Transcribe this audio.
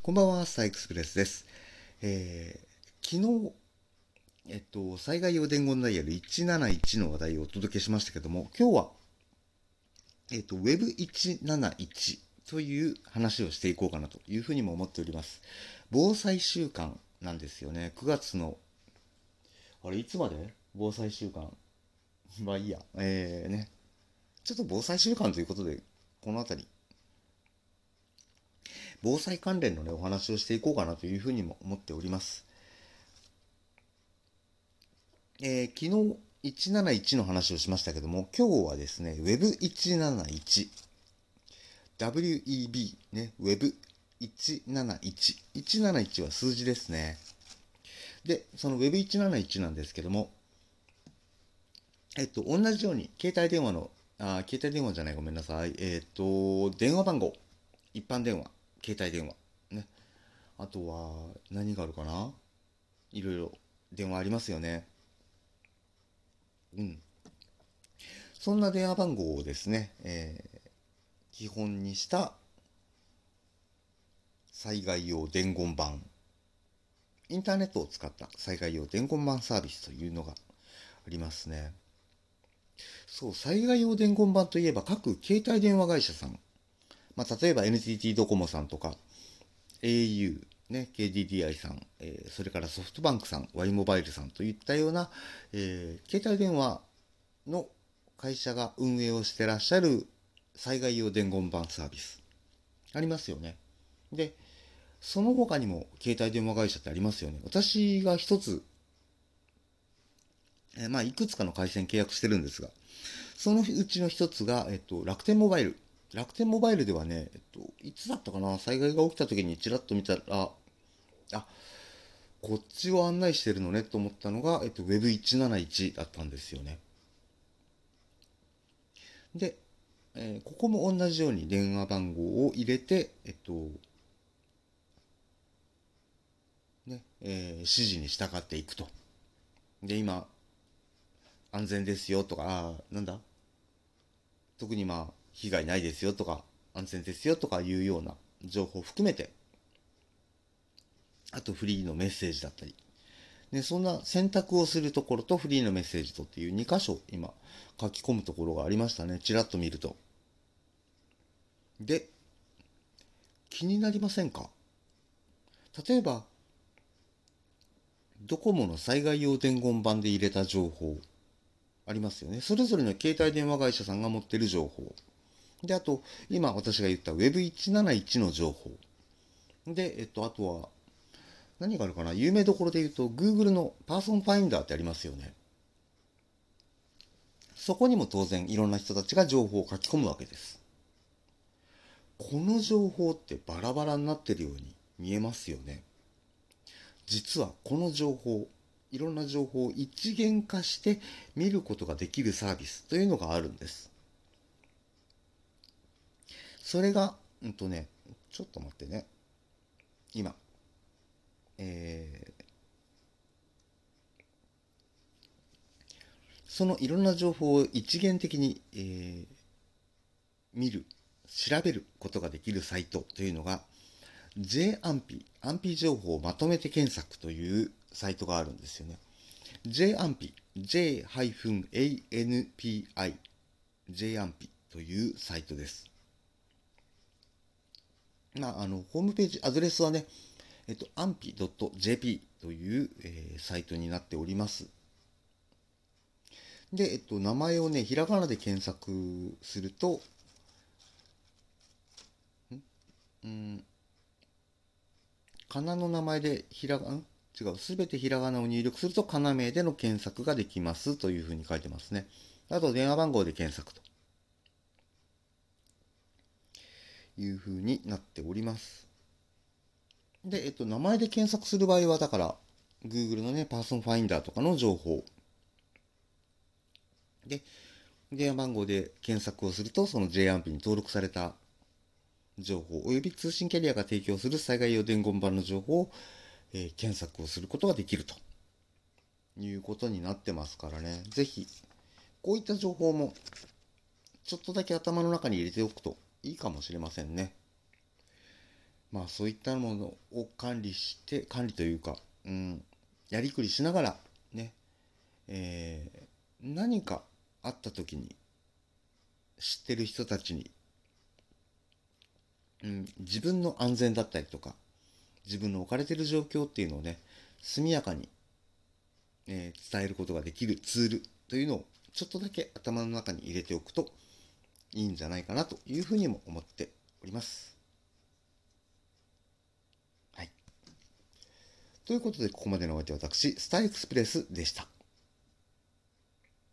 こんばんは、サイクスプレスです。昨日、災害用伝言ダイヤル171の話題をお届けしましたけども、今日は、Web171 という話をしていこうかなというふうにも思っております。防災週間なんですよね。9月の、いつまで防災週間。まあいいや。ちょっと防災週間ということで、このあたり、防災関連のね、お話をしていこうかなというふうにも思っております。昨日171の話をしましたけども、今日はですね、Web171、WEB、ね、Web171。171は数字ですね。で、その Web171 なんですけども、同じように、携帯電話じゃない、ごめんなさい。電話番号。一般電話。携帯電話。ね。あとは、何があるかないろいろ電話ありますよね。うん。そんな電話番号をですね、基本にした災害用伝言板、インターネットを使った災害用伝言板サービスというのがありますね。そう、災害用伝言板といえば各携帯電話会社さん、例えば NTT ドコモさんとか au、ね、KDDI さん、それからソフトバンクさん、Y モバイルさんといったような、携帯電話の会社が運営をしてらっしゃる災害用伝言板サービスありますよね。で、その他にも携帯電話会社ってありますよね。私が一つ、いくつかの回線契約してるんですが、そのうちの一つが、楽天モバイル。楽天モバイルではね、いつだったかな、災害が起きた時にちらっと見たら、あ、こっちを案内してるのねと思ったのが、Web171 だったんですよね。で、ここも同じように電話番号を入れて、指示に従っていくと。で、今、安全ですよとか、なんだ特に被害ないですよとか、安全ですよとかいうような情報を含めて、あとフリーのメッセージだったり、で、そんな選択をするところとフリーのメッセージとっていう2箇所今書き込むところがありましたね。ちらっと見ると。で、気になりませんか？例えば、ドコモの災害用伝言板で入れた情報ありますよね。それぞれの携帯電話会社さんが持ってる情報。で、あと、今私が言った Web171 の情報。で、あとは、何があるかな、有名どころで言うと、Google のパーソンファインダーってありますよね。そこにも当然いろんな人たちが情報を書き込むわけです。この情報ってバラバラになってるように見えますよね。実はこの情報、いろんな情報を一元化して見ることができるサービスというのがあるんです。それが、ちょっと待ってね。今、えーそのいろんな情報を一元的に、見る、調べることができるサイトというのが J 安否、安否情報をまとめて検索というサイトがあるんですよね。J 安否、J-ANPI、J 安否というサイトです。ホームページ、アドレスはね、安否 .jp という、サイトになっております。で、名前をね、ひらがなで検索すると、うん、かなの名前で違う、すべてひらがなを入力すると、かな名での検索ができますというふうに書いてますね。あと、電話番号で検索というふうになっております。で、名前で検索する場合は、だから、Google のね、パーソンファインダーとかの情報。で、電話番号で検索をすると、その J アンプに登録された情報、および通信キャリアが提供する災害用伝言板の情報を、検索をすることができるということになってますからね。ぜひ、こういった情報もちょっとだけ頭の中に入れておくといいかもしれませんね。 まあそういったものを管理というか、やりくりしながらね、何かあった時に知ってる人たちに、自分の安全だったりとか、自分の置かれている状況っていうのをね、速やかに、伝えることができるツールというのをちょっとだけ頭の中に入れておくといいんじゃないかなというふうにも思っております。はい。ということで、ここまでのお相手は私、スターエクスプレスでした。